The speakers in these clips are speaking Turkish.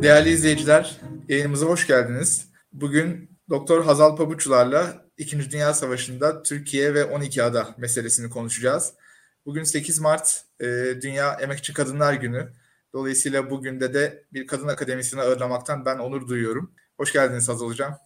Değerli izleyiciler, yayınımıza hoş geldiniz. Bugün Doktor Hazal Pabuçlar'la İkinci Dünya Savaşı'nda Türkiye ve 12 ada meselesini konuşacağız. Bugün 8 Mart Dünya Emekçi Kadınlar Günü. Dolayısıyla bugün de bir kadın akademisyeni ağırlamaktan ben onur duyuyorum. Hoş geldiniz Hazal Hocam.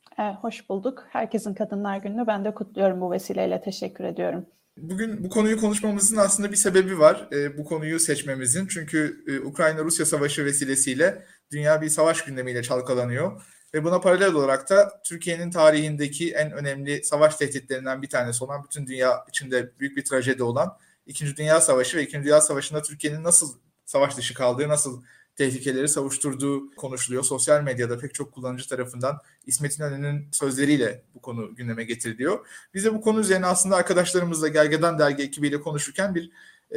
Hoş bulduk. Herkesin Kadınlar Günü'nü ben de kutluyorum bu vesileyle. Teşekkür ediyorum. Bugün bu konuyu konuşmamızın aslında bir sebebi var. Bu konuyu seçmemizin. Çünkü Ukrayna-Rusya savaşı vesilesiyle dünya bir savaş gündemiyle çalkalanıyor. Ve buna paralel olarak da Türkiye'nin tarihindeki en önemli savaş tehditlerinden bir tanesi olan, bütün dünya içinde büyük bir trajedi olan İkinci Dünya Savaşı ve İkinci Dünya Savaşı'nda Türkiye'nin nasıl savaş dışı kaldığı, nasıl tehlikeleri savuşturduğu konuşuluyor. Sosyal medyada pek çok kullanıcı tarafından İsmet İnönü'nün sözleriyle bu konu gündeme getiriliyor. Biz de bu konu üzerine aslında arkadaşlarımızla Gergedan Dergi ekibiyle konuşurken bir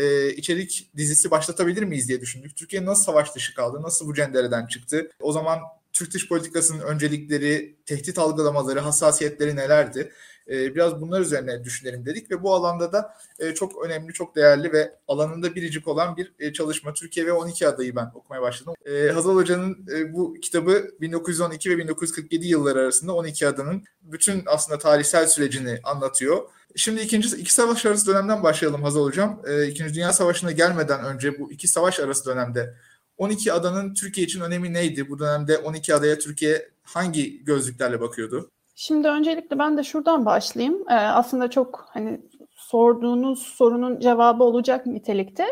içerik dizisi başlatabilir miyiz diye düşündük. Türkiye nasıl savaş dışı kaldı, nasıl bu cendereden çıktı? O zaman Türk dış politikasının öncelikleri, tehdit algılamaları, hassasiyetleri nelerdi? Biraz bunlar üzerine düşünelim dedik ve bu alanda da çok önemli, çok değerli ve alanında biricik olan bir çalışma. Türkiye ve 12 adayı ben okumaya başladım. Hazal Hoca'nın bu kitabı 1912 ve 1947 yılları arasında 12 adanın bütün aslında tarihsel sürecini anlatıyor. Şimdi iki savaş arası dönemden başlayalım Hazal Hocam. İkinci Dünya Savaşı'na gelmeden önce bu iki savaş arası dönemde 12 adanın Türkiye için önemi neydi? Bu dönemde 12 adaya Türkiye hangi gözlüklerle bakıyordu? Şimdi öncelikle ben de şuradan başlayayım. Aslında çok sorduğunuz sorunun cevabı olacak nitelikte.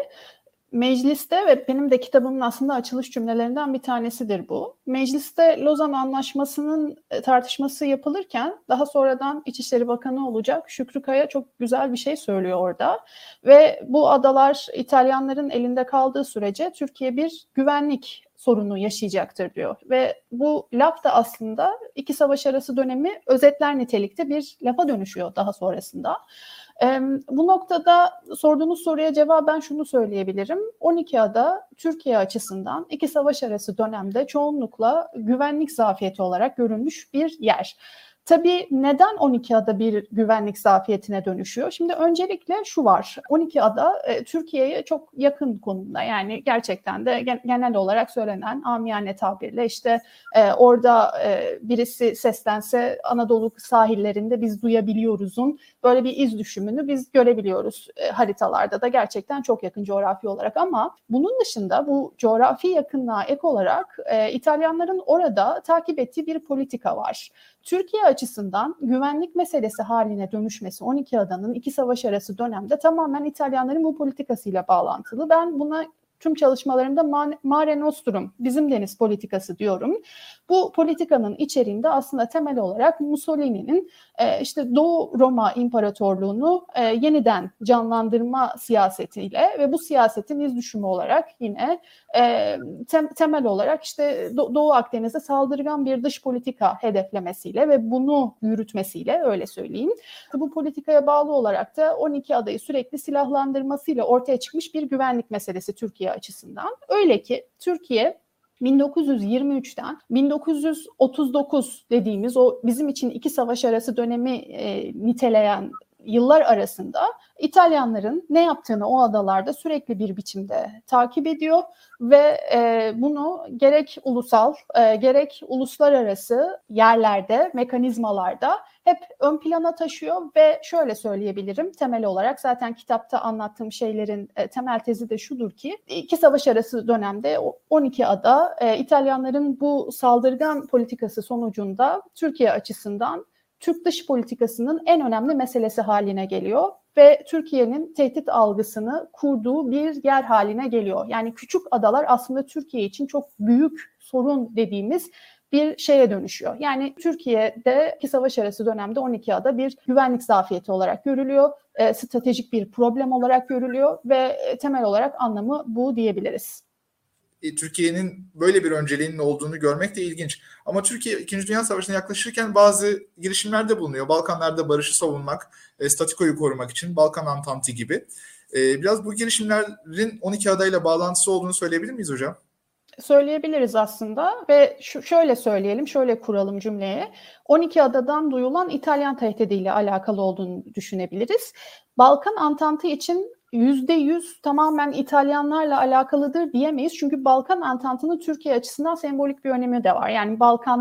Mecliste ve benim de kitabımın aslında açılış cümlelerinden bir tanesidir bu. Mecliste Lozan Anlaşması'nın tartışması yapılırken daha sonradan İçişleri Bakanı olacak Şükrü Kaya çok güzel bir şey söylüyor orada. Ve bu adalar İtalyanların elinde kaldığı sürece Türkiye bir güvenlik sorunu yaşayacaktır diyor. Ve bu laf da aslında iki savaş arası dönemi özetler nitelikte bir lafa dönüşüyor daha sonrasında. Bu noktada sorduğunuz soruya cevaben şunu söyleyebilirim. 12 ada Türkiye açısından iki savaş arası dönemde çoğunlukla güvenlik zafiyeti olarak görülmüş bir yer. Tabii neden 12 ada bir güvenlik zafiyetine dönüşüyor? Şimdi öncelikle şu var. 12 ada Türkiye'ye çok yakın konumda. Yani gerçekten de genel olarak söylenen amiyane tabirle orada birisi seslense Anadolu sahillerinde biz duyabiliyoruz'un böyle bir iz düşümünü biz görebiliyoruz haritalarda da gerçekten çok yakın coğrafi olarak. Ama bunun dışında bu coğrafi yakınlığa ek olarak İtalyanların orada takip ettiği bir politika var. Türkiye açısından güvenlik meselesi haline dönüşmesi 12 adanın iki savaş arası dönemde tamamen İtalyanların bu politikasıyla bağlantılı. Ben buna tüm çalışmalarımda Mare Nostrum, bizim deniz politikası diyorum. Bu politikanın içeriğinde aslında temel olarak Mussolini'nin Doğu Roma İmparatorluğunu yeniden canlandırma siyasetiyle ve bu siyasetin iz düşümü olarak yine temel olarak Doğu Akdeniz'e saldırgan bir dış politika hedeflemesiyle ve bunu yürütmesiyle öyle söyleyeyim. Bu politikaya bağlı olarak da 12 adayı sürekli silahlandırmasıyla ortaya çıkmış bir güvenlik meselesi Türkiye açısından. Öyle ki Türkiye 1923'ten 1939 dediğimiz o bizim için iki savaş arası dönemi niteleyen yıllar arasında İtalyanların ne yaptığını o adalarda sürekli bir biçimde takip ediyor ve bunu gerek ulusal gerek uluslararası yerlerde, mekanizmalarda hep ön plana taşıyor ve şöyle söyleyebilirim temel olarak zaten kitapta anlattığım şeylerin temel tezi de şudur ki iki savaş arası dönemde 12 ada İtalyanların bu saldırgan politikası sonucunda Türkiye açısından Türk dış politikasının en önemli meselesi haline geliyor ve Türkiye'nin tehdit algısını kurduğu bir yer haline geliyor. Yani küçük adalar aslında Türkiye için çok büyük sorun dediğimiz bir şeye dönüşüyor. Yani Türkiye'de iki savaş arası dönemde 12 ada bir güvenlik zafiyeti olarak görülüyor, stratejik bir problem olarak görülüyor ve temel olarak anlamı bu diyebiliriz. Türkiye'nin böyle bir önceliğinin olduğunu görmek de ilginç. Ama Türkiye 2. Dünya Savaşı'na yaklaşırken bazı girişimlerde bulunuyor. Balkanlarda barışı savunmak, statikoyu korumak için Balkan Antanti gibi. Biraz bu girişimlerin 12 adayla bağlantısı olduğunu söyleyebilir miyiz hocam? Söyleyebiliriz aslında ve şöyle söyleyelim, şöyle kuralım cümleye. 12 adadan duyulan İtalyan tehdidiyle alakalı olduğunu düşünebiliriz. Balkan Antantı için %100 tamamen İtalyanlarla alakalıdır diyemeyiz. Çünkü Balkan Antantı'nın Türkiye açısından sembolik bir önemi de var. Yani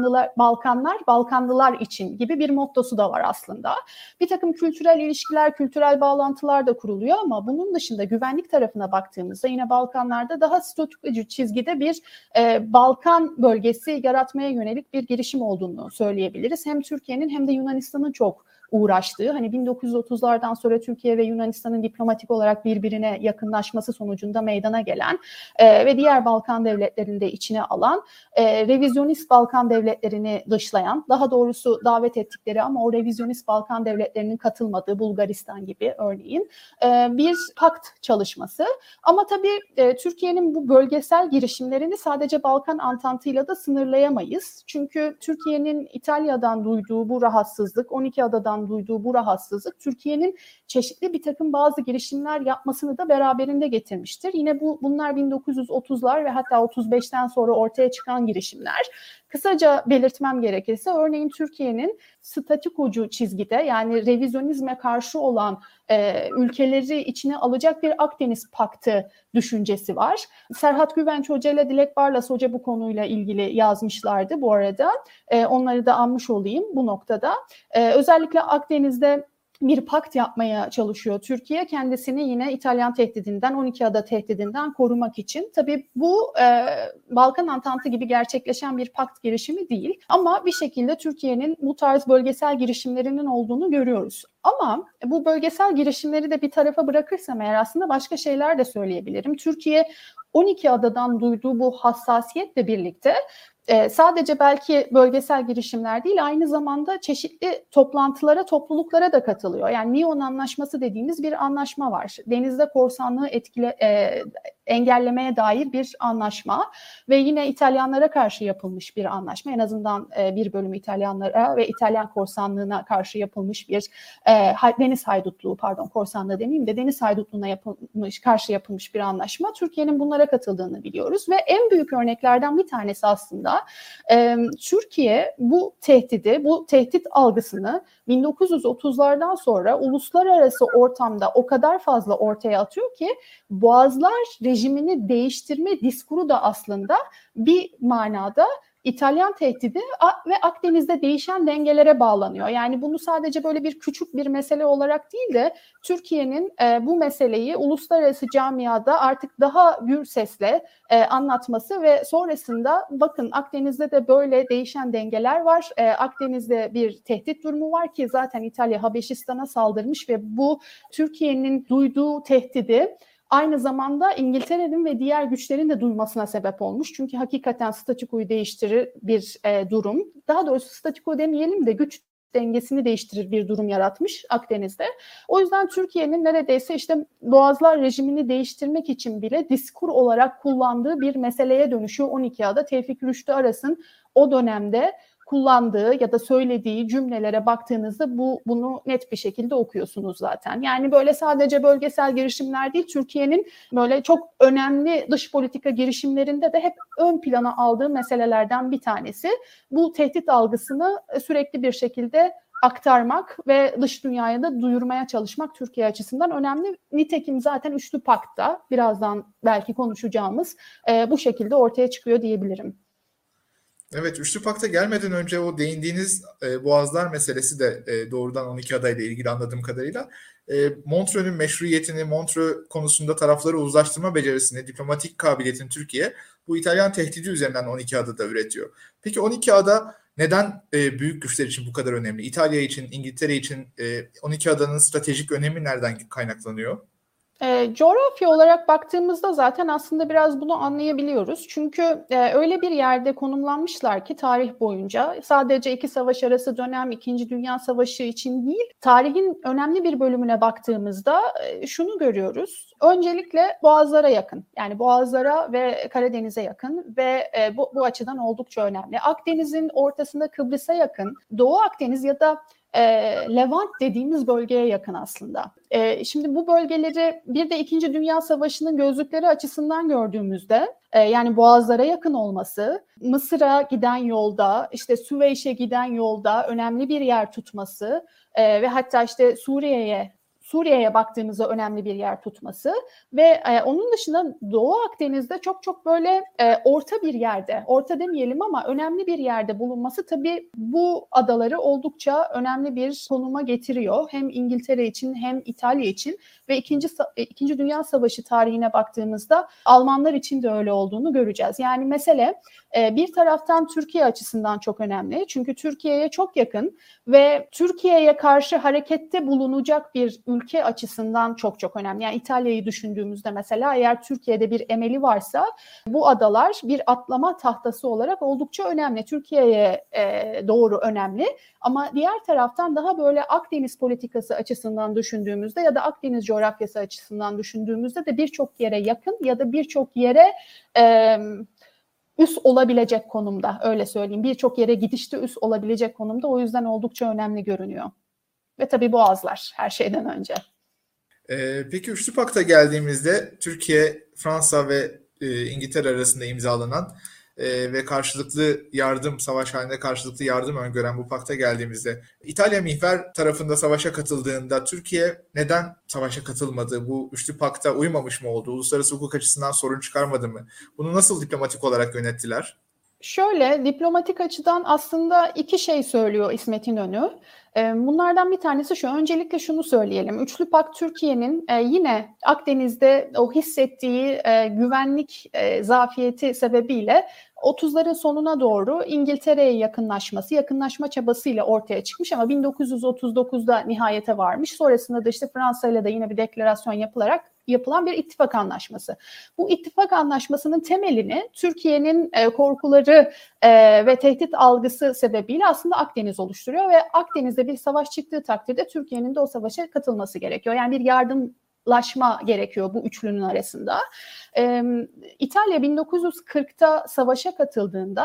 Balkanlılar için gibi bir mottosu da var aslında. Bir takım kültürel ilişkiler, kültürel bağlantılar da kuruluyor ama bunun dışında güvenlik tarafına baktığımızda yine Balkanlarda daha statükocu çizgide bir Balkan bölgesi yaratmaya yönelik bir girişim olduğunu söyleyebiliriz. Hem Türkiye'nin hem de Yunanistan'ın çok uğraştığı, hani 1930'lardan sonra Türkiye ve Yunanistan'ın diplomatik olarak birbirine yakınlaşması sonucunda meydana gelen ve diğer Balkan devletlerini de içine alan, revizyonist Balkan devletlerini dışlayan, daha doğrusu davet ettikleri ama o revizyonist Balkan devletlerinin katılmadığı Bulgaristan gibi örneğin bir pakt çalışması. Ama tabii Türkiye'nin bu bölgesel girişimlerini sadece Balkan Antantı'yla da sınırlayamayız. Çünkü Türkiye'nin İtalya'dan duyduğu bu rahatsızlık, 12 adadan duyduğu bu rahatsızlık Türkiye'nin çeşitli bir takım bazı girişimler yapmasını da beraberinde getirmiştir. Yine bunlar 1930'lar ve hatta 35'ten sonra ortaya çıkan girişimler. Kısaca belirtmem gerekirse örneğin Türkiye'nin statükocu çizgide, yani revizyonizme karşı olan ülkeleri içine alacak bir Akdeniz Paktı düşüncesi var. Serhat Güvenç Hoca ile Dilek Barlas Hoca bu konuyla ilgili yazmışlardı bu arada. Onları da anmış olayım bu noktada. Özellikle Akdeniz'de bir pakt yapmaya çalışıyor Türkiye, kendisini yine İtalyan tehdidinden, 12 ada tehdidinden korumak için. Tabii bu Balkan Antantı gibi gerçekleşen bir pakt girişimi değil ama bir şekilde Türkiye'nin bu tarz bölgesel girişimlerinin olduğunu görüyoruz. Ama bu bölgesel girişimleri de bir tarafa bırakırsam eğer aslında başka şeyler de söyleyebilirim. Türkiye 12 adadan duyduğu bu hassasiyetle birlikte sadece belki bölgesel girişimler değil, aynı zamanda çeşitli toplantılara, topluluklara da katılıyor. Yani Lyon Anlaşması dediğimiz bir anlaşma var. Denizde korsanlığı engellemeye dair bir anlaşma ve yine İtalyanlara karşı yapılmış bir anlaşma. En azından bir bölümü İtalyanlara ve İtalyan korsanlığına karşı yapılmış bir deniz haydutluğu, korsanlığı demeyeyim de deniz haydutluğuna karşı yapılmış bir anlaşma. Türkiye'nin bunlara katıldığını biliyoruz ve en büyük örneklerden bir tanesi aslında Türkiye bu tehdit algısını 1930'lardan sonra uluslararası ortamda o kadar fazla ortaya atıyor ki Boğazlar rejimini değiştirme diskuru da aslında bir manada İtalyan tehdidi ve Akdeniz'de değişen dengelere bağlanıyor. Yani bunu sadece böyle bir küçük bir mesele olarak değil de Türkiye'nin bu meseleyi uluslararası camiada artık daha gür sesle anlatması ve sonrasında bakın Akdeniz'de de böyle değişen dengeler var. Akdeniz'de bir tehdit durumu var ki zaten İtalya Habeşistan'a saldırmış ve bu Türkiye'nin duyduğu tehdidi aynı zamanda İngiltere'nin ve diğer güçlerin de duymasına sebep olmuş. Çünkü hakikaten statükoyu değiştirir bir durum. Daha doğrusu statüko demeyelim de güç dengesini değiştirir bir durum yaratmış Akdeniz'de. O yüzden Türkiye'nin neredeyse işte Boğazlar rejimini değiştirmek için bile diskur olarak kullandığı bir meseleye dönüşüyor 12 ada. Tevfik Rüştü Aras'ın o dönemde kullandığı ya da söylediği cümlelere baktığınızda bunu net bir şekilde okuyorsunuz zaten. Yani böyle sadece bölgesel girişimler değil, Türkiye'nin böyle çok önemli dış politika girişimlerinde de hep ön plana aldığı meselelerden bir tanesi. Bu tehdit algısını sürekli bir şekilde aktarmak ve dış dünyaya da duyurmaya çalışmak Türkiye açısından önemli. Nitekim zaten Üçlü Pakt'ta birazdan belki konuşacağımız bu şekilde ortaya çıkıyor diyebilirim. Evet, Üçlü Pakta gelmeden önce o değindiğiniz Boğazlar meselesi de doğrudan 12 adayla ilgili anladığım kadarıyla. Montreux'ün meşruiyetini, Montreux konusunda tarafları uzlaştırma becerisini, diplomatik kabiliyetini Türkiye bu İtalyan tehdidi üzerinden 12 adada üretiyor. Peki 12 ada neden büyük güçler için bu kadar önemli? İtalya için, İngiltere için 12 adanın stratejik önemi nereden kaynaklanıyor? Coğrafya olarak baktığımızda zaten aslında biraz bunu anlayabiliyoruz. Çünkü öyle bir yerde konumlanmışlar ki tarih boyunca sadece iki savaş arası dönem, İkinci Dünya Savaşı için değil, tarihin önemli bir bölümüne baktığımızda şunu görüyoruz. Öncelikle Boğazlara yakın, yani Boğazlara ve Karadeniz'e yakın ve bu açıdan oldukça önemli. Akdeniz'in ortasında Kıbrıs'a yakın, Doğu Akdeniz ya da Levant dediğimiz bölgeye yakın aslında. Şimdi bu bölgeleri bir de İkinci Dünya Savaşı'nın gözlükleri açısından gördüğümüzde yani Boğazlara yakın olması, Mısır'a giden yolda, işte Süveyş'e giden yolda önemli bir yer tutması ve hatta işte Suriye'ye baktığımızda önemli bir yer tutması ve onun dışında Doğu Akdeniz'de çok çok böyle orta bir yerde, orta demeyelim ama önemli bir yerde bulunması tabii bu adaları oldukça önemli bir konuma getiriyor. Hem İngiltere için hem İtalya için ve İkinci Dünya Savaşı tarihine baktığımızda Almanlar için de öyle olduğunu göreceğiz. Yani mesele bir taraftan Türkiye açısından çok önemli. Çünkü Türkiye'ye çok yakın ve Türkiye'ye karşı harekette bulunacak bir ülke açısından çok çok önemli. Yani İtalya'yı düşündüğümüzde mesela eğer Türkiye'de bir emeli varsa bu adalar bir atlama tahtası olarak oldukça önemli. Türkiye'ye doğru önemli. Ama diğer taraftan daha böyle Akdeniz politikası açısından düşündüğümüzde ya da Akdeniz coğrafyası açısından düşündüğümüzde de birçok yere yakın ya da birçok yere üs olabilecek konumda, öyle söyleyeyim. Birçok yere gidişte üs olabilecek konumda. O yüzden oldukça önemli görünüyor. Ve tabii boğazlar her şeyden önce. Peki Üçlü Pakt'a geldiğimizde Türkiye, Fransa ve İngiltere arasında imzalanan ve karşılıklı yardım, savaş halinde karşılıklı yardım öngören bu pakta geldiğimizde İtalya mihver tarafında savaşa katıldığında Türkiye neden savaşa katılmadı? Bu Üçlü Pakt'a uymamış mı oldu? Uluslararası hukuk açısından sorun çıkarmadı mı? Bunu nasıl diplomatik olarak yönettiler? Şöyle, diplomatik açıdan aslında iki şey söylüyor İsmet İnönü. Bunlardan bir tanesi şu, öncelikle şunu söyleyelim. Üçlü Pakt Türkiye'nin yine Akdeniz'de o hissettiği güvenlik zafiyeti sebebiyle 30'ların sonuna doğru İngiltere'ye yakınlaşma çabasıyla ortaya çıkmış ama 1939'da nihayete varmış. Sonrasında da işte Fransa ile de yine bir deklarasyon yapılan bir ittifak anlaşması. Bu ittifak anlaşmasının temelini Türkiye'nin korkuları ve tehdit algısı sebebiyle aslında Akdeniz oluşturuyor ve Akdeniz'de bir savaş çıktığı takdirde Türkiye'nin de o savaşa katılması gerekiyor. Yani bir yardımlaşma gerekiyor bu üçlünün arasında. İtalya 1940'ta savaşa katıldığında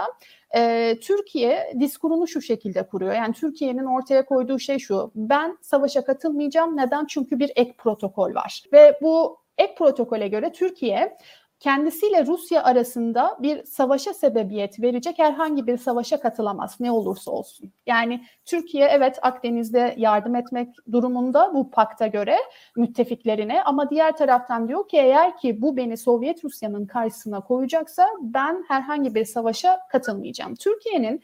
Türkiye diskurunu şu şekilde kuruyor. Yani Türkiye'nin ortaya koyduğu şey şu: ben savaşa katılmayacağım. Neden? Çünkü bir ek protokol var. Ve bu ek protokole göre Türkiye kendisiyle Rusya arasında bir savaşa sebebiyet verecek herhangi bir savaşa katılamaz, ne olursa olsun. Yani Türkiye evet Akdeniz'de yardım etmek durumunda bu pakta göre müttefiklerine, ama diğer taraftan diyor ki eğer ki bu beni Sovyet Rusya'nın karşısına koyacaksa ben herhangi bir savaşa katılmayacağım. Türkiye'nin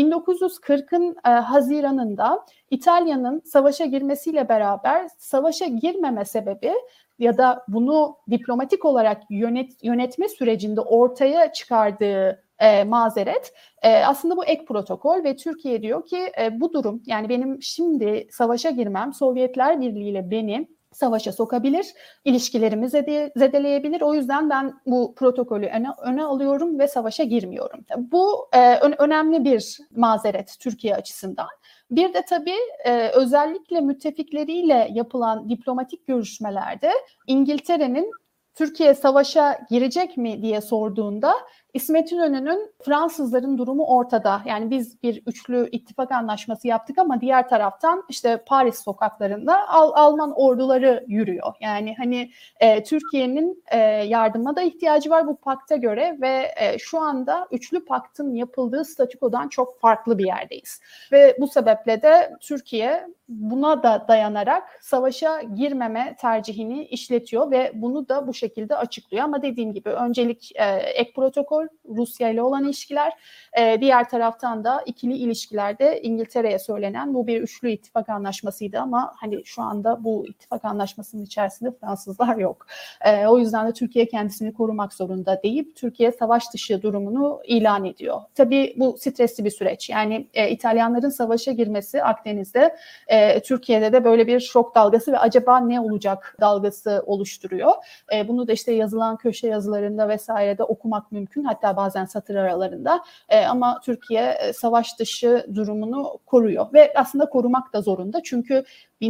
1940'ın Haziran'ında İtalya'nın savaşa girmesiyle beraber savaşa girmeme sebebi ya da bunu diplomatik olarak yönetme sürecinde ortaya çıkardığı mazeret aslında bu ek protokol ve Türkiye diyor ki bu durum, yani benim şimdi savaşa girmem Sovyetler Birliği ile beni savaşa sokabilir, ilişkilerimi zedeleyebilir. O yüzden ben bu protokolü öne alıyorum ve savaşa girmiyorum. Bu önemli bir mazeret Türkiye açısından. Bir de tabii özellikle müttefikleriyle yapılan diplomatik görüşmelerde İngiltere'nin Türkiye savaşa girecek mi diye sorduğunda İsmet İnönü'nün Fransızların durumu ortada. Yani biz bir üçlü ittifak anlaşması yaptık ama diğer taraftan işte Paris sokaklarında Alman orduları yürüyor. Yani hani Türkiye'nin yardıma da ihtiyacı var bu pakta göre ve şu anda üçlü paktın yapıldığı statükodan çok farklı bir yerdeyiz. Ve bu sebeple de Türkiye buna da dayanarak savaşa girmeme tercihini işletiyor ve bunu da bu şekilde açıklıyor. Ama dediğim gibi öncelik ek protokol, Rusya ile olan ilişkiler, diğer taraftan da ikili ilişkilerde İngiltere'ye söylenen bu bir üçlü ittifak anlaşmasıydı ama hani şu anda bu ittifak anlaşmasının içerisinde Fransızlar yok. O yüzden de Türkiye kendisini korumak zorunda deyip Türkiye savaş dışı durumunu ilan ediyor. Tabii bu stresli bir süreç. Yani İtalyanların savaşa girmesi Akdeniz'de Türkiye'de de böyle bir şok dalgası ve acaba ne olacak dalgası oluşturuyor. Bunu da işte yazılan köşe yazılarında vesairede okumak mümkün. Hatta bazen satır aralarında. Ama Türkiye savaş dışı durumunu koruyor ve aslında korumak da zorunda. Çünkü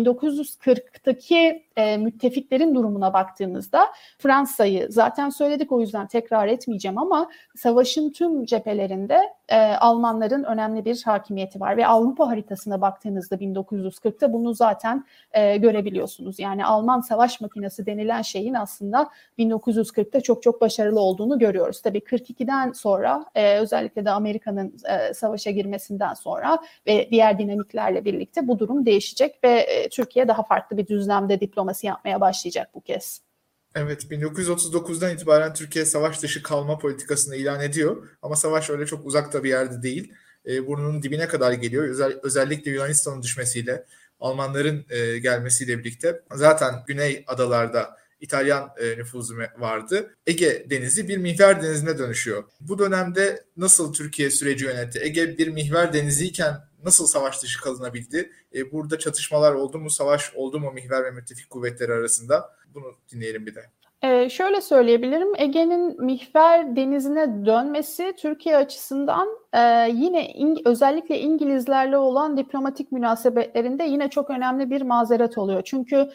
1940'taki müttefiklerin durumuna baktığımızda Fransa'yı zaten söyledik, o yüzden tekrar etmeyeceğim ama savaşın tüm cephelerinde Almanların önemli bir hakimiyeti var ve Avrupa haritasına baktığınızda 1940'ta bunu zaten görebiliyorsunuz. Yani Alman savaş makinesi denilen şeyin aslında 1940'ta çok çok başarılı olduğunu görüyoruz. Tabii 42'den sonra özellikle de Amerika'nın savaşa girmesinden sonra ve diğer dinamiklerle birlikte bu durum değişecek ve Türkiye daha farklı bir düzlemde diplomasi yapmaya başlayacak bu kez. Evet, 1939'dan itibaren Türkiye savaş dışı kalma politikasını ilan ediyor. Ama savaş öyle çok uzakta bir yerde değil. Burnunun dibine kadar geliyor. Özellikle Yunanistan'ın düşmesiyle, Almanların gelmesiyle birlikte zaten Güney adalarda İtalyan nüfuzu vardı. Ege Denizi bir mihver denizine dönüşüyor. Bu dönemde nasıl Türkiye süreci yönetti? Ege bir mihver deniziyken nasıl savaş dışı kalınabildi? Burada çatışmalar oldu mu, savaş oldu mu mihver ve müttefik kuvvetleri arasında? Bunu dinleyelim bir de. Şöyle söyleyebilirim, Ege'nin mihver denizine dönmesi Türkiye açısından yine özellikle İngilizlerle olan diplomatik münasebetlerinde yine çok önemli bir mazeret oluyor. Çünkü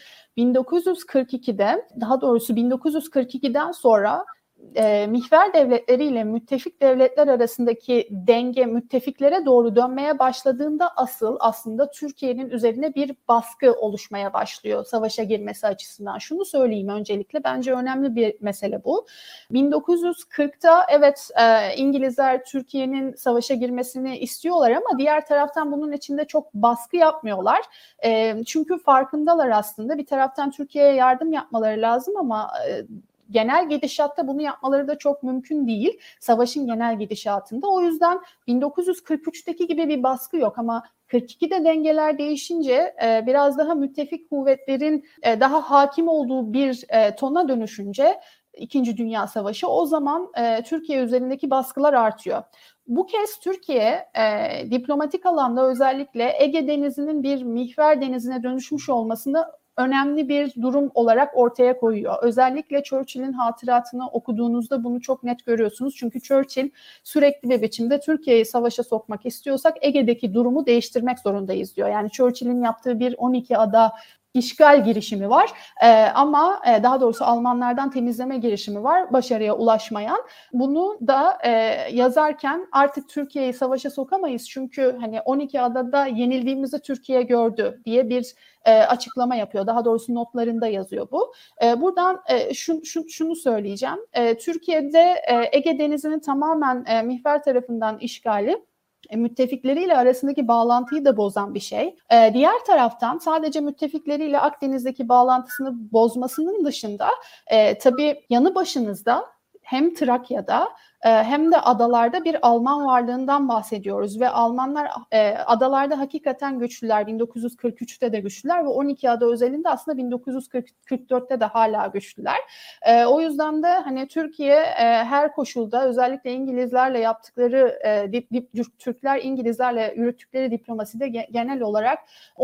1942'de, daha doğrusu 1942'den sonra mihver devletleriyle müttefik devletler arasındaki denge müttefiklere doğru dönmeye başladığında aslında Türkiye'nin üzerine bir baskı oluşmaya başlıyor savaşa girmesi açısından. Şunu söyleyeyim öncelikle, bence önemli bir mesele bu. 1940'ta evet, İngilizler Türkiye'nin savaşa girmesini istiyorlar ama diğer taraftan bunun içinde çok baskı yapmıyorlar. Çünkü farkındalar aslında. Bir taraftan Türkiye'ye yardım yapmaları lazım ama genel gidişatta bunu yapmaları da çok mümkün değil. Savaşın genel gidişatında. O yüzden 1943'teki gibi bir baskı yok ama 42'de dengeler değişince biraz daha müttefik kuvvetlerin daha hakim olduğu bir tona dönüşünce İkinci Dünya Savaşı, o zaman Türkiye üzerindeki baskılar artıyor. Bu kez Türkiye diplomatik alanda özellikle Ege Denizi'nin bir mihver denizine dönüşmüş olmasını önemli bir durum olarak ortaya koyuyor. Özellikle Churchill'in hatıratını okuduğunuzda bunu çok net görüyorsunuz. Çünkü Churchill sürekli bir biçimde Türkiye'yi savaşa sokmak istiyorsak Ege'deki durumu değiştirmek zorundayız diyor. Yani Churchill'in yaptığı bir 12 ada işgal girişimi var ama daha doğrusu Almanlardan temizleme girişimi var, başarıya ulaşmayan. Bunu da yazarken artık Türkiye'yi savaşa sokamayız çünkü hani 12 adada yenildiğimizi Türkiye gördü diye bir açıklama yapıyor. Daha doğrusu notlarında yazıyor bu. Buradan şunu söyleyeceğim. Türkiye'de Ege Denizi'nin tamamen mihver tarafından işgali müttefikleriyle arasındaki bağlantıyı da bozan bir şey. Diğer taraftan sadece müttefikleriyle Akdeniz'deki bağlantısını bozmasının dışında tabii yanı başınızda hem Trakya'da hem de adalarda bir Alman varlığından bahsediyoruz ve Almanlar adalarda hakikaten güçlüler. 1943'te de güçlüler ve 12 ada özelinde aslında 1944'te de hala güçlüler. O yüzden de hani Türkiye her koşulda özellikle İngilizlerle yaptıkları Türkler İngilizlerle yürüttükleri diplomaside genel olarak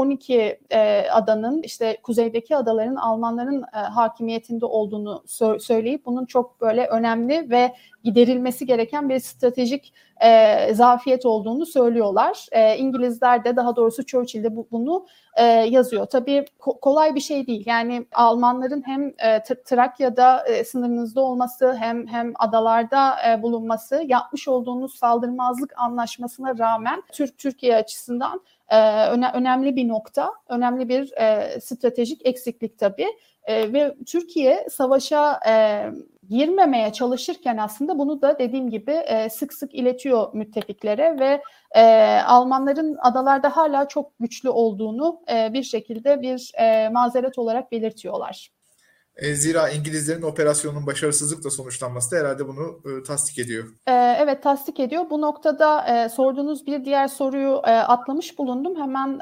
12 adanın işte kuzeydeki adaların Almanların hakimiyetinde olduğunu söyleyip bunun çok böyle önemli ve giderilmesi gereken bir stratejik zafiyet olduğunu söylüyorlar. İngilizler de, daha doğrusu Churchill de bunu yazıyor. Tabii kolay bir şey değil. Yani Almanların hem Trakya'da sınırınızda olması hem adalarda bulunması yapmış olduğunuz saldırmazlık anlaşmasına rağmen Türkiye açısından önemli bir nokta, önemli bir stratejik eksiklik tabii. Ve Türkiye savaşa girmemeye çalışırken aslında bunu da dediğim gibi sık sık iletiyor müttefiklere ve Almanların adalarda hala çok güçlü olduğunu bir şekilde bir mazeret olarak belirtiyorlar. Zira İngilizlerin operasyonun başarısızlıkla sonuçlanması da herhalde bunu tasdik ediyor. Evet, tasdik ediyor. Bu noktada sorduğunuz bir diğer soruyu atlamış bulundum. Hemen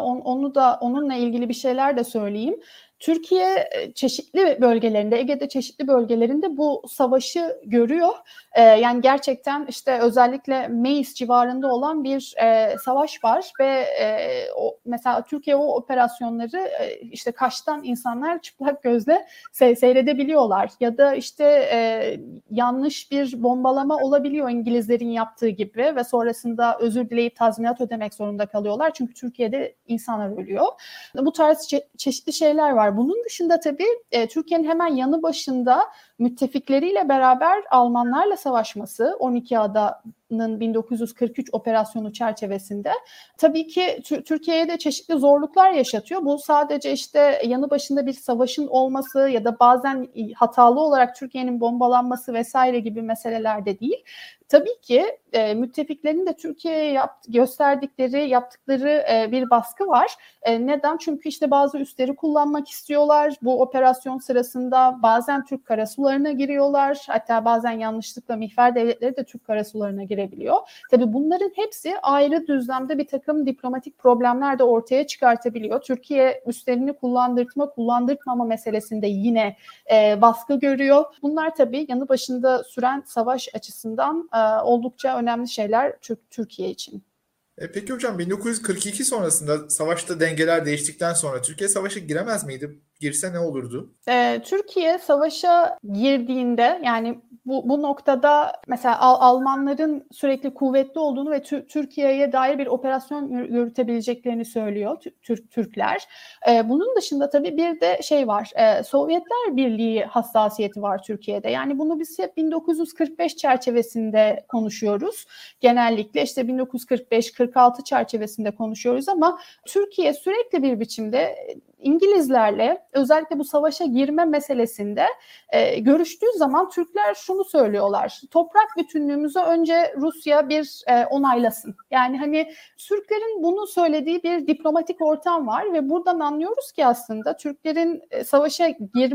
onunla ilgili bir şeyler de söyleyeyim. Türkiye çeşitli bölgelerinde, Ege'de çeşitli bölgelerinde bu savaşı görüyor. Yani gerçekten işte özellikle Meis civarında olan bir savaş var ve mesela Türkiye o operasyonları işte Kaş'tan insanlar çıplak gözle seyredebiliyorlar. Ya da işte yanlış bir bombalama olabiliyor İngilizlerin yaptığı gibi ve sonrasında özür dileyip tazminat ödemek zorunda kalıyorlar. Çünkü Türkiye'de insanlar ölüyor. Bu tarz çeşitli şeyler var. Bunun dışında tabii Türkiye'nin hemen yanı başında müttefikleriyle beraber Almanlarla savaşması 12 Ada'nın 1943 operasyonu çerçevesinde tabii ki Türkiye'ye de çeşitli zorluklar yaşatıyor. Bu sadece işte yanı başında bir savaşın olması ya da bazen hatalı olarak Türkiye'nin bombalanması vesaire gibi meselelerde değil. Tabii ki müttefiklerin de Türkiye'ye yaptıkları bir baskı var. Neden? Çünkü işte bazı üsleri kullanmak istiyorlar. Bu operasyon sırasında bazen Türk karasularına giriyorlar. Hatta bazen yanlışlıkla mihver devletleri de Türk karasularına girebiliyor. Tabii bunların hepsi ayrı düzlemde bir takım diplomatik problemler de ortaya çıkartabiliyor. Türkiye üslerini kullandırtmama meselesinde yine baskı görüyor. Bunlar tabii yanı başında süren savaş açısından oldukça önemli şeyler Türkiye için. Peki hocam 1942 sonrasında savaşta dengeler değiştikten sonra Türkiye savaşa giremez miydi? Girse ne olurdu? Türkiye savaşa girdiğinde yani bu noktada mesela Almanların sürekli kuvvetli olduğunu ve Türkiye'ye dair bir operasyon yürütebileceklerini söylüyor Türkler. Bunun dışında tabii bir de şey var. Sovyetler Birliği hassasiyeti var Türkiye'de. Yani bunu biz hep 1945 çerçevesinde konuşuyoruz. Genellikle işte 1945-46 çerçevesinde konuşuyoruz ama Türkiye sürekli bir biçimde İngilizlerle özellikle bu savaşa girme meselesinde görüştüğü zaman Türkler şunu söylüyorlar. Toprak bütünlüğümüzü önce Rusya bir onaylasın. Yani hani Türklerin bunu söylediği bir diplomatik ortam var ve buradan anlıyoruz ki aslında Türklerin savaşa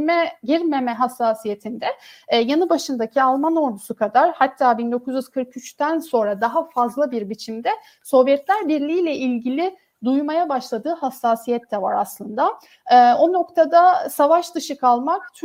girmeme hassasiyetinde yanı başındaki Alman ordusu kadar hatta 1943'ten sonra daha fazla bir biçimde Sovyetler Birliği ile ilgili duymaya başladığı hassasiyet de var aslında. O noktada savaş dışı kalmak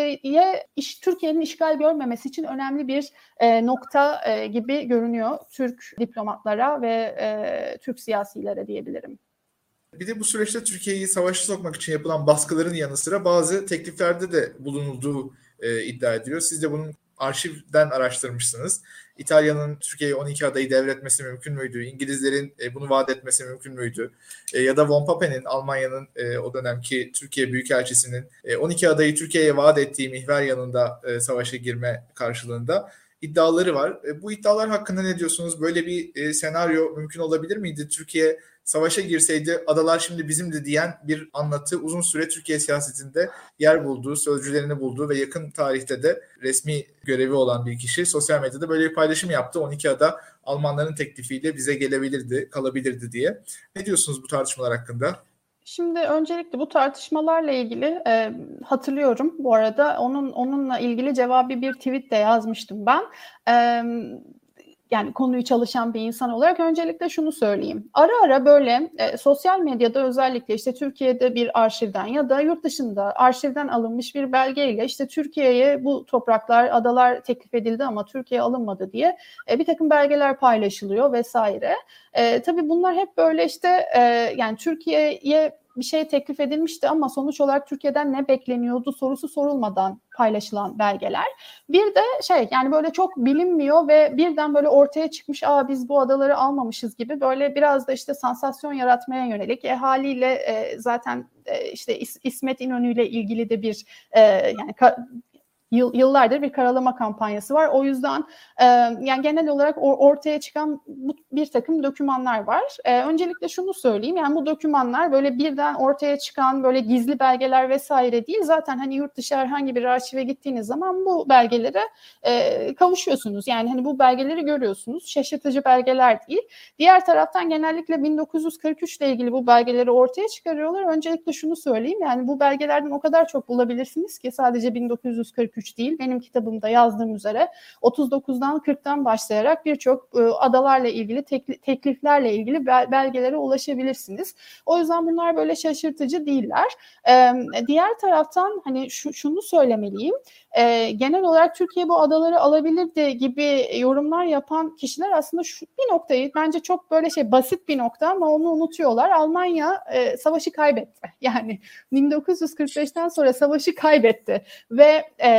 Türkiye'nin işgal görmemesi için önemli bir nokta gibi görünüyor Türk diplomatlara ve Türk siyasilere diyebilirim. Bir de bu süreçte Türkiye'yi savaşa sokmak için yapılan baskıların yanı sıra bazı tekliflerde de bulunulduğu iddia ediliyor. Siz de bunun arşivden araştırmışsınız. İtalya'nın Türkiye'ye 12 adayı devretmesi mümkün müydü? İngilizlerin bunu vaat etmesi mümkün müydü? Ya da Von Papen'in Almanya'nın o dönemki Türkiye Büyükelçisi'nin 12 adayı Türkiye'ye vaat ettiği mihver yanında savaşa girme karşılığında iddiaları var. Bu iddialar hakkında ne diyorsunuz? Böyle bir senaryo mümkün olabilir miydi? Türkiye savaşa girseydi adalar şimdi bizimdi diyen bir anlatı uzun süre Türkiye siyasetinde yer buldu, sözcülerini buldu ve yakın tarihte de resmi görevi olan bir kişi sosyal medyada böyle bir paylaşım yaptı. 12 ada Almanların teklifiyle bize gelebilirdi, kalabilirdi diye. Ne diyorsunuz bu tartışmalar hakkında? Şimdi öncelikle bu tartışmalarla ilgili hatırlıyorum bu arada onunla ilgili cevabı bir tweet de yazmıştım ben. Yani konuyu çalışan bir insan olarak öncelikle şunu söyleyeyim. Ara ara böyle sosyal medyada özellikle işte Türkiye'de bir arşivden ya da yurt dışında arşivden alınmış bir belgeyle işte Türkiye'ye bu topraklar, adalar teklif edildi ama Türkiye alınmadı diye bir takım belgeler paylaşılıyor vesaire. Tabii bunlar hep böyle işte yani Türkiye'ye bir şey teklif edilmişti ama sonuç olarak Türkiye'den ne bekleniyordu sorusu sorulmadan paylaşılan belgeler. Bir de yani böyle çok bilinmiyor ve birden böyle ortaya çıkmış biz bu adaları almamışız gibi böyle biraz da işte sansasyon yaratmaya yönelik haliyle zaten işte İsmet İnönü ile ilgili de bir yani yıllardır bir karalama kampanyası var. O yüzden yani genel olarak ortaya çıkan bir takım dokümanlar var. Öncelikle şunu söyleyeyim. Yani bu dokümanlar böyle birden ortaya çıkan böyle gizli belgeler vesaire değil. Zaten hani yurt dışı herhangi bir arşive gittiğiniz zaman bu belgelere kavuşuyorsunuz. Yani hani bu belgeleri görüyorsunuz. Şaşırtıcı belgeler değil. Diğer taraftan genellikle 1943 ile ilgili bu belgeleri ortaya çıkarıyorlar. Öncelikle şunu söyleyeyim. Yani bu belgelerden o kadar çok bulabilirsiniz ki sadece 1943 değil. Benim kitabımda yazdığım üzere 39'dan 40'tan başlayarak birçok adalarla ilgili tekliflerle ilgili belgelere ulaşabilirsiniz. O yüzden bunlar böyle şaşırtıcı değiller. Diğer taraftan hani şunu söylemeliyim. Genel olarak Türkiye bu adaları alabilirdi gibi yorumlar yapan kişiler aslında bir noktayı bence çok böyle basit bir nokta ama onu unutuyorlar. Almanya savaşı kaybetti. Yani 1945'ten sonra savaşı kaybetti ve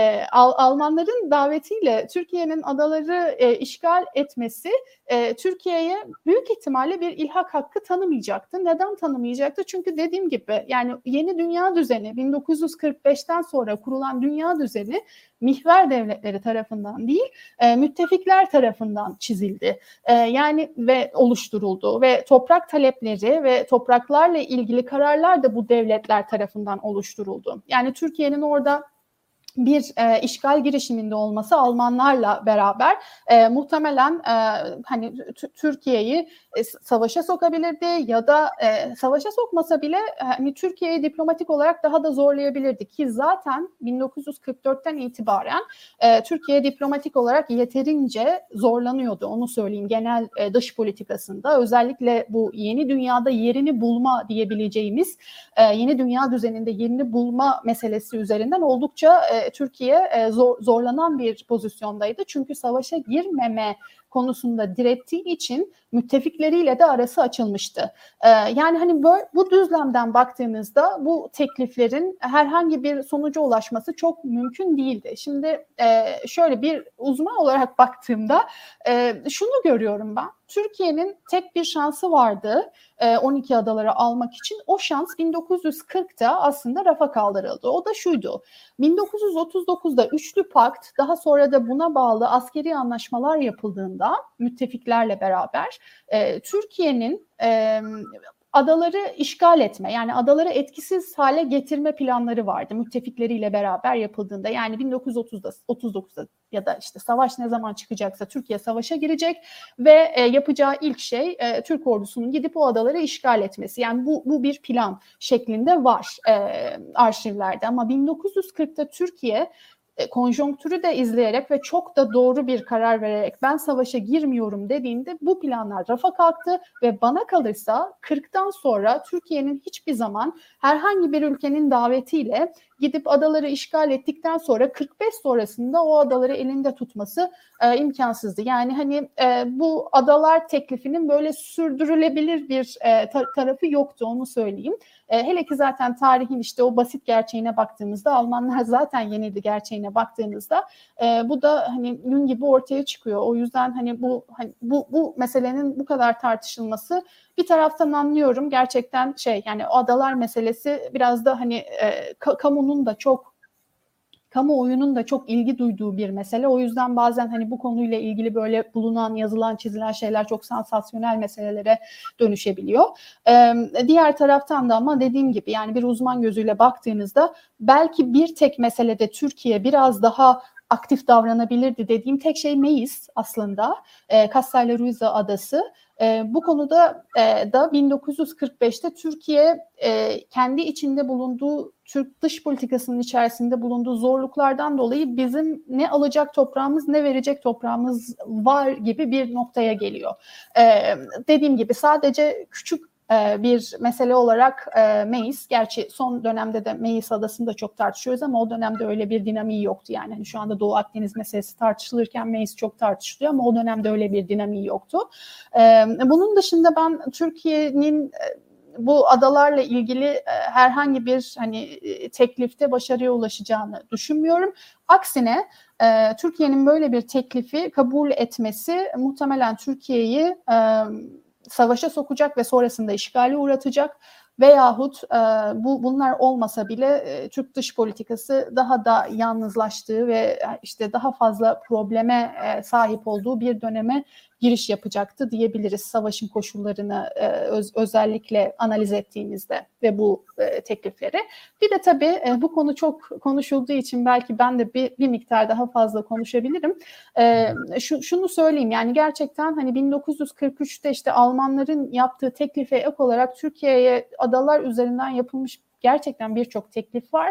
Almanların davetiyle Türkiye'nin adaları işgal etmesi Türkiye'ye büyük ihtimalle bir ilhak hakkı tanımayacaktı. Neden tanımayacaktı? Çünkü dediğim gibi yani yeni dünya düzeni 1945'ten sonra kurulan dünya düzeni mihver devletleri tarafından değil, müttefikler tarafından çizildi. Yani ve oluşturuldu ve toprak talepleri ve topraklarla ilgili kararlar da bu devletler tarafından oluşturuldu. Yani Türkiye'nin orada bir işgal girişiminde olması Almanlarla beraber muhtemelen hani Türkiye'yi savaşa sokabilirdi ya da savaşa sokmasa bile hani Türkiye'yi diplomatik olarak daha da zorlayabilirdi ki zaten 1944'ten itibaren Türkiye diplomatik olarak yeterince zorlanıyordu, onu söyleyeyim, genel dış politikasında. Özellikle bu yeni dünyada yerini bulma diyebileceğimiz yeni dünya düzeninde yerini bulma meselesi üzerinden oldukça Türkiye zorlanan bir pozisyondaydı. Çünkü savaşa girmeme konusunda direttiği için müttefikleriyle de arası açılmıştı. Yani hani bu düzlemden baktığınızda bu tekliflerin herhangi bir sonuca ulaşması çok mümkün değildi. Şimdi şöyle bir uzman olarak baktığımda şunu görüyorum ben. Türkiye'nin tek bir şansı vardı 12 adaları almak için. O şans 1940'ta aslında rafa kaldırıldı. O da şuydu. 1939'da Üçlü Pakt, daha sonra da buna bağlı askeri anlaşmalar yapıldığında müttefiklerle beraber Türkiye'nin adaları işgal etme, yani adaları etkisiz hale getirme planları vardı müttefikleriyle beraber yapıldığında. Yani 1939'da ya da işte savaş ne zaman çıkacaksa Türkiye savaşa girecek ve yapacağı ilk şey Türk ordusunun gidip o adaları işgal etmesi. Yani bu bir plan şeklinde var arşivlerde. Ama 1940'ta Türkiye konjonktürü de izleyerek ve çok da doğru bir karar vererek ben savaşa girmiyorum dediğinde bu planlar rafa kalktı ve bana kalırsa 40'tan sonra Türkiye'nin hiçbir zaman herhangi bir ülkenin davetiyle gidip adaları işgal ettikten sonra 45 sonrasında o adaları elinde tutması imkansızdı. Yani hani bu adalar teklifinin böyle sürdürülebilir bir tarafı yoktu, onu söyleyeyim. Hele ki zaten tarihin işte o basit gerçeğine baktığımızda, Almanlar zaten yenildi gerçeğine baktığınızda bu da hani gün gibi ortaya çıkıyor. O yüzden hani bu meselenin bu kadar tartışılması, bir taraftan anlıyorum gerçekten yani o adalar meselesi biraz da hani kamuoyunun da çok ilgi duyduğu bir mesele. O yüzden bazen hani bu konuyla ilgili böyle bulunan, yazılan, çizilen şeyler çok sansasyonel meselelere dönüşebiliyor. Diğer taraftan da ama dediğim gibi yani bir uzman gözüyle baktığınızda belki bir tek meselede Türkiye biraz daha aktif davranabilirdi dediğim tek şey Meis aslında. Castilla Ruiza Adası. Bu konuda da 1945'te Türkiye kendi içinde bulunduğu Türk dış politikasının içerisinde bulunduğu zorluklardan dolayı bizim ne alacak toprağımız ne verecek toprağımız var gibi bir noktaya geliyor. Dediğim gibi sadece küçük bir mesele olarak Meis, gerçi son dönemde de Meis Adası'nı da çok tartışıyoruz ama o dönemde öyle bir dinamiği yoktu. Yani hani şu anda Doğu Akdeniz meselesi tartışılırken Meis çok tartışılıyor ama o dönemde öyle bir dinamiği yoktu. Bunun dışında ben Türkiye'nin bu adalarla ilgili herhangi bir hani teklifte başarıya ulaşacağını düşünmüyorum. Aksine Türkiye'nin böyle bir teklifi kabul etmesi muhtemelen Türkiye'yi savaşa sokacak ve sonrasında işgale uğratacak. Veyahut bunlar olmasa bile Türk dış politikası daha da yalnızlaştığı ve işte daha fazla probleme sahip olduğu bir döneme giriş yapacaktı diyebiliriz, savaşın koşullarını özellikle analiz ettiğimizde ve bu teklifleri. Bir de tabii bu konu çok konuşulduğu için belki ben de bir miktar daha fazla konuşabilirim. Şunu söyleyeyim, yani gerçekten hani 1943'te işte Almanların yaptığı teklife ek olarak Türkiye'ye adalar üzerinden yapılmış gerçekten birçok teklif var.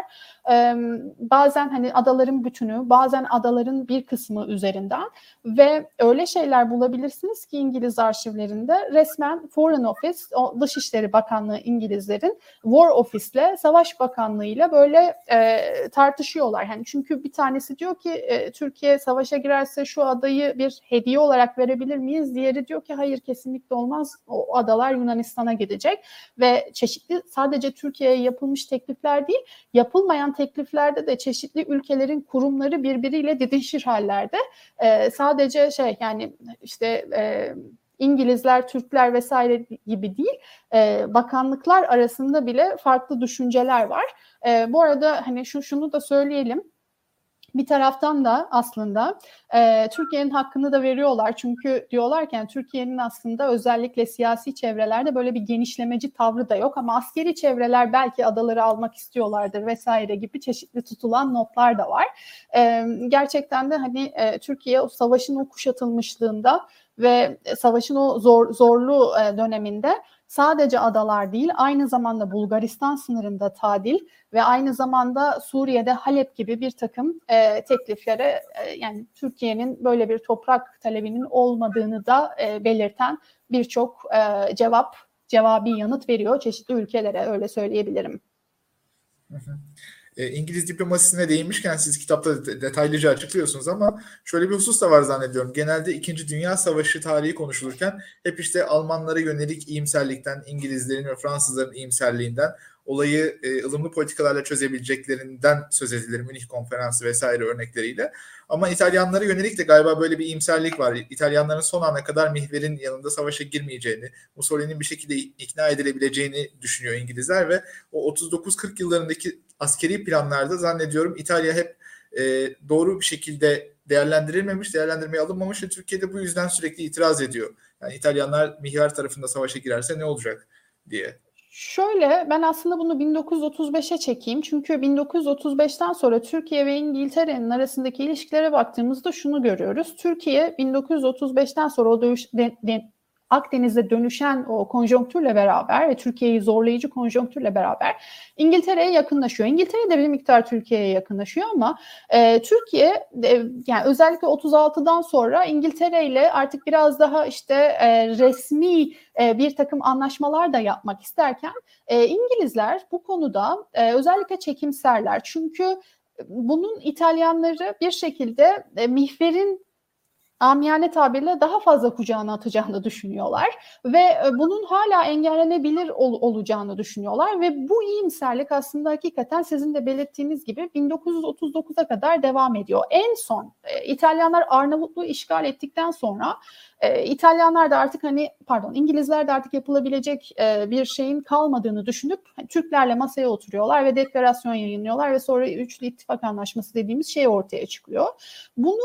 Bazen hani adaların bütünü, bazen adaların bir kısmı üzerinden ve öyle şeyler bulabilirsiniz ki İngiliz arşivlerinde resmen Foreign Office, o Dışişleri Bakanlığı İngilizlerin War Office'le, Savaş Bakanlığı'yla böyle tartışıyorlar. Yani çünkü bir tanesi diyor ki Türkiye savaşa girerse şu adayı bir hediye olarak verebilir miyiz? Diğeri diyor ki hayır, kesinlikle olmaz. O adalar Yunanistan'a gidecek ve çeşitli sadece Türkiye'ye yapılan yapılmış teklifler değil, yapılmayan tekliflerde de çeşitli ülkelerin kurumları birbiriyle didişir hallerde. Sadece yani işte İngilizler, Türkler vesaire gibi değil, bakanlıklar arasında bile farklı düşünceler var. Bu arada hani şunu da söyleyelim. Bir taraftan da aslında Türkiye'nin hakkını da veriyorlar. Çünkü diyorlarken Türkiye'nin aslında özellikle siyasi çevrelerde böyle bir genişlemeci tavrı da yok. Ama askeri çevreler belki adaları almak istiyorlardır vesaire gibi çeşitli tutulan notlar da var. Gerçekten de hani Türkiye o savaşın o kuşatılmışlığında ve savaşın o zorlu döneminde sadece adalar değil, aynı zamanda Bulgaristan sınırında tadil ve aynı zamanda Suriye'de Halep gibi bir takım tekliflere yani Türkiye'nin böyle bir toprak talebinin olmadığını da belirten birçok cevabi yanıt veriyor çeşitli ülkelere, öyle söyleyebilirim. Hı hı. İngiliz diplomasisine değinmişken siz kitapta detaylıca açıklıyorsunuz ama şöyle bir husus da var zannediyorum. Genelde İkinci Dünya Savaşı tarihi konuşulurken hep işte Almanlara yönelik iyimserlikten, İngilizlerin ve Fransızların iyimserliğinden, olayı ılımlı politikalarla çözebileceklerinden söz edilir. Münih Konferansı vesaire örnekleriyle. Ama İtalyanlara yönelik de galiba böyle bir iyimserlik var. İtalyanların son ana kadar mihverin yanında savaşa girmeyeceğini, Mussolini'nin bir şekilde ikna edilebileceğini düşünüyor İngilizler ve o 39-40 yıllarındaki askeri planlarda zannediyorum İtalya hep doğru bir şekilde değerlendirmeye alınmamış ve Türkiye'de bu yüzden sürekli itiraz ediyor. Yani İtalyanlar mihver tarafında savaşa girerse ne olacak diye. Şöyle, ben aslında bunu 1935'e çekeyim. Çünkü 1935'ten sonra Türkiye ve İngiltere'nin arasındaki ilişkilere baktığımızda şunu görüyoruz. Türkiye 1935'ten sonra o Akdeniz'de dönüşen o konjonktürle beraber ve Türkiye'yi zorlayıcı konjonktürle beraber İngiltere'ye yakınlaşıyor. İngiltere de bir miktar Türkiye'ye yakınlaşıyor ama Türkiye yani özellikle 36'dan sonra İngiltere ile artık biraz daha işte resmi bir takım anlaşmalar da yapmak isterken İngilizler bu konuda özellikle çekimserler. Çünkü bunun İtalyanları bir şekilde mihverin amiyane tabirle daha fazla kucağına atacağını düşünüyorlar ve bunun hala engellenebilir olacağını düşünüyorlar ve bu iyimserlik aslında hakikaten sizin de belirttiğiniz gibi 1939'a kadar devam ediyor. En son İtalyanlar Arnavutluğu işgal ettikten sonra İtalyanlar da artık İngilizler de artık yapılabilecek bir şeyin kalmadığını düşünüp Türklerle masaya oturuyorlar ve deklarasyon yayınlıyorlar ve sonra Üçlü İttifak Anlaşması dediğimiz şey ortaya çıkıyor. Bunu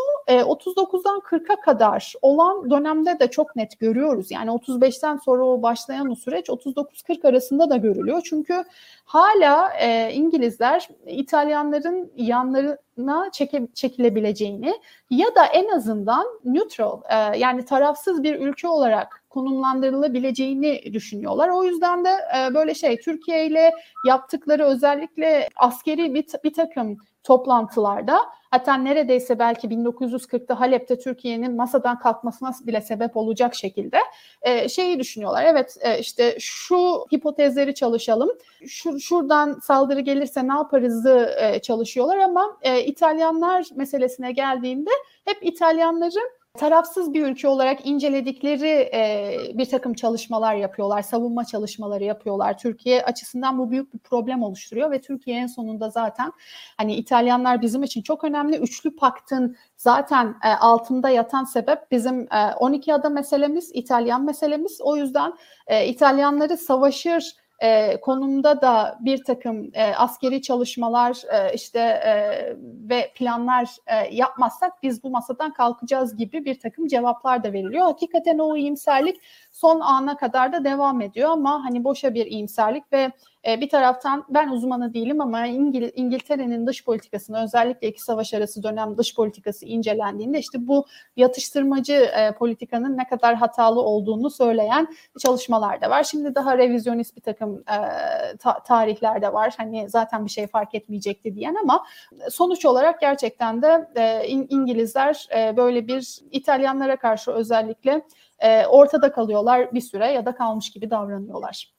39'dan 40'a kadar olan dönemde de çok net görüyoruz. Yani 35'ten sonra o başlayan o süreç 39-40 arasında da görülüyor. Çünkü hala İngilizler İtalyanların yanlarına çekilebileceğini ya da en azından neutral yani tarafsız bir ülke olarak konumlandırılabileceğini düşünüyorlar. O yüzden de böyle Türkiye ile yaptıkları özellikle askeri bir takım toplantılarda, hatta neredeyse belki 1940'ta Halep'te Türkiye'nin masadan kalkmasına bile sebep olacak şekilde şeyi düşünüyorlar. Evet işte şu hipotezleri çalışalım, şuradan saldırı gelirse ne yaparızı çalışıyorlar ama İtalyanlar meselesine geldiğinde hep İtalyanların tarafsız bir ülke olarak inceledikleri bir takım çalışmalar yapıyorlar, savunma çalışmaları yapıyorlar. Türkiye açısından bu büyük bir problem oluşturuyor ve Türkiye en sonunda zaten hani İtalyanlar bizim için çok önemli. Üçlü paktın zaten altında yatan sebep bizim 12 ada meselemiz, İtalyan meselemiz. O yüzden İtalyanları savaşır konumda da bir takım askeri çalışmalar ve planlar yapmazsak biz bu masadan kalkacağız gibi bir takım cevaplar da veriliyor. Hakikaten o iyimserlik son ana kadar da devam ediyor ama hani boşa bir iyimserlik ve bir taraftan ben uzmanı değilim ama İngiltere'nin dış politikasını özellikle iki savaş arası dönem dış politikası incelendiğinde işte bu yatıştırmacı politikanın ne kadar hatalı olduğunu söyleyen çalışmalar da var. Şimdi daha revizyonist bir takım tarihler de var. Hani zaten bir şey fark etmeyecekti diyen ama sonuç olarak gerçekten de İngilizler böyle bir İtalyanlara karşı özellikle ortada kalıyorlar bir süre ya da kalmış gibi davranıyorlar.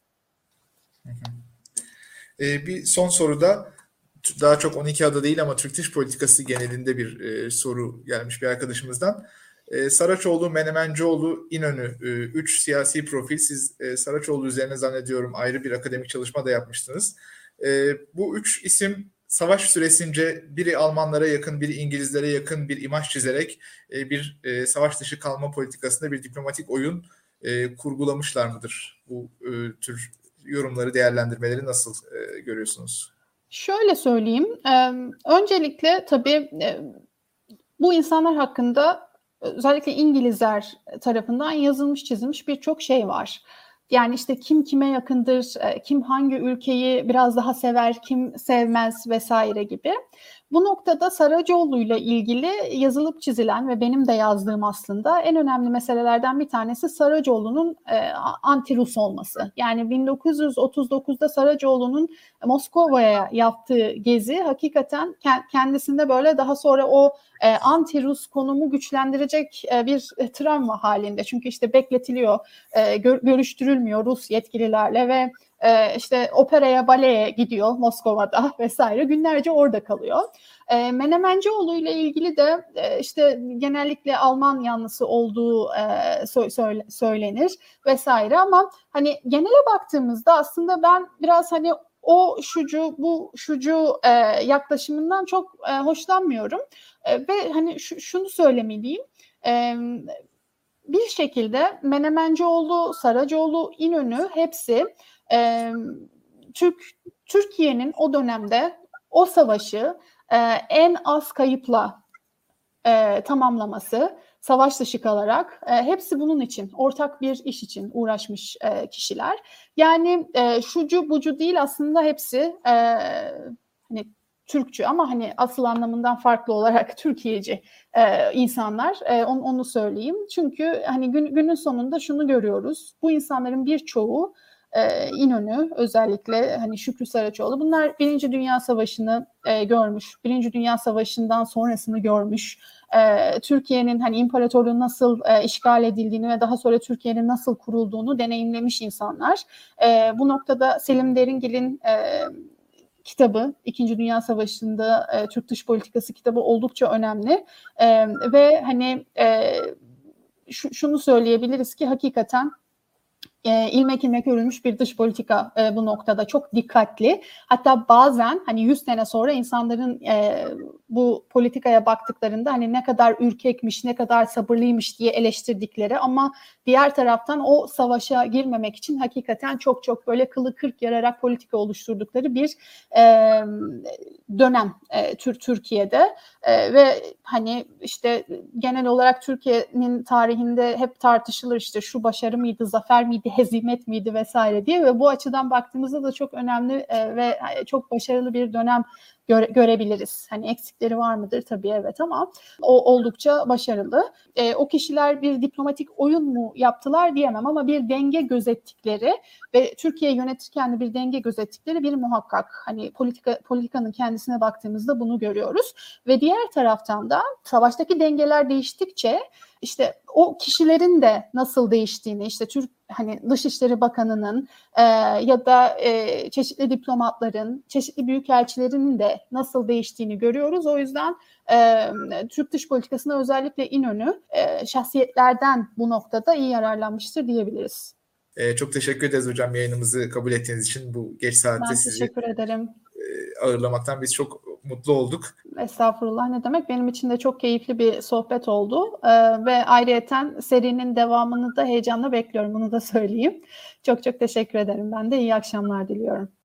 Bir son soruda daha çok 12 ada değil ama Türk dış politikası genelinde bir soru gelmiş bir arkadaşımızdan. Saraçoğlu, Menemencioğlu, İnönü 3 siyasi profil. Siz Saraçoğlu üzerine zannediyorum ayrı bir akademik çalışma da yapmıştınız. Bu üç isim savaş süresince biri Almanlara yakın, biri İngilizlere yakın bir imaj çizerek bir savaş dışı kalma politikasında bir diplomatik oyun kurgulamışlar mıdır? Bu tür yorumları, değerlendirmeleri nasıl görüyorsunuz? Şöyle söyleyeyim. Öncelikle tabii bu insanlar hakkında özellikle İngilizler tarafından yazılmış çizilmiş birçok şey var. Yani işte kim kime yakındır, kim hangi ülkeyi biraz daha sever, kim sevmez vesaire gibi. Bu noktada Saracoğlu'yla ilgili yazılıp çizilen ve benim de yazdığım aslında en önemli meselelerden bir tanesi Saracoğlu'nun anti-Rus olması. Yani 1939'da Saracoğlu'nun Moskova'ya yaptığı gezi hakikaten kendisinde böyle daha sonra o anti-Rus konumu güçlendirecek bir travma halinde. Çünkü işte bekletiliyor, görüştürülmüyor Rus yetkililerle ve işte operaya, baleye gidiyor Moskova'da vesaire. Günlerce orada kalıyor. Menemencioğlu ile ilgili de işte genellikle Alman yanlısı olduğu söylenir vesaire ama hani genele baktığımızda aslında ben biraz hani o şucu bu şucu yaklaşımından çok hoşlanmıyorum ve hani şunu söylemeliyim. Bir şekilde Menemencioğlu, Saracoğlu, İnönü hepsi Türkiye'nin o dönemde o savaşı en az kayıpla tamamlaması, savaş dışı kalarak hepsi bunun için, ortak bir iş için uğraşmış kişiler. Yani şucu bucu değil aslında hepsi hani Türkçü ama hani asıl anlamından farklı olarak Türkiye'ci insanlar. Onu söyleyeyim. Çünkü hani günün sonunda şunu görüyoruz. Bu insanların birçoğu İnönü özellikle hani Şükrü Saraçoğlu bunlar Birinci Dünya Savaşı'nı görmüş. Birinci Dünya Savaşı'ndan sonrasını görmüş. Türkiye'nin hani imparatorluğun nasıl işgal edildiğini ve daha sonra Türkiye'nin nasıl kurulduğunu deneyimlemiş insanlar. Bu noktada Selim Deringil'in kitabı, İkinci Dünya Savaşı'nda Türk Dış Politikası kitabı oldukça önemli. Ve hani şunu söyleyebiliriz ki hakikaten ilmek ilmek örülmüş bir dış politika bu noktada çok dikkatli. Hatta bazen hani 100 sene sonra insanların bu politikaya baktıklarında hani ne kadar ürkekmiş, ne kadar sabırlıymış diye eleştirdikleri ama diğer taraftan o savaşa girmemek için hakikaten çok çok böyle kılı kırk yararak politika oluşturdukları bir dönem Türkiye'de ve hani işte genel olarak Türkiye'nin tarihinde hep tartışılır işte şu başarı mıydı, zafer miydi, hezimet miydi vesaire diye ve bu açıdan baktığımızda da çok önemli ve çok başarılı bir dönem görebiliriz. Hani eksikleri var mıdır? Tabii evet ama o oldukça başarılı. O kişiler bir diplomatik oyun mu yaptılar diyemem ama bir denge gözettikleri ve Türkiye yönetirken de bir denge gözettikleri bir muhakkak. Hani politikanın kendisine baktığımızda bunu görüyoruz. Ve diğer taraftan da savaştaki dengeler değiştikçe işte o kişilerin de nasıl değiştiğini işte hani Dışişleri Bakanı'nın ya da çeşitli diplomatların, çeşitli büyükelçilerin de nasıl değiştiğini görüyoruz. O yüzden Türk dış politikasına özellikle İnönü şahsiyetlerden bu noktada iyi yararlanmıştır diyebiliriz. Çok teşekkür ederiz hocam yayınımızı kabul ettiğiniz için. Bu geç saatte Ben sizi teşekkür ederim. ağırlamaktan biz çok mutlu olduk. Estağfurullah ne demek. Benim için de çok keyifli bir sohbet oldu. Ve ayrıyeten serinin devamını da heyecanla bekliyorum. Bunu da söyleyeyim. Çok çok teşekkür ederim. Ben de iyi akşamlar diliyorum.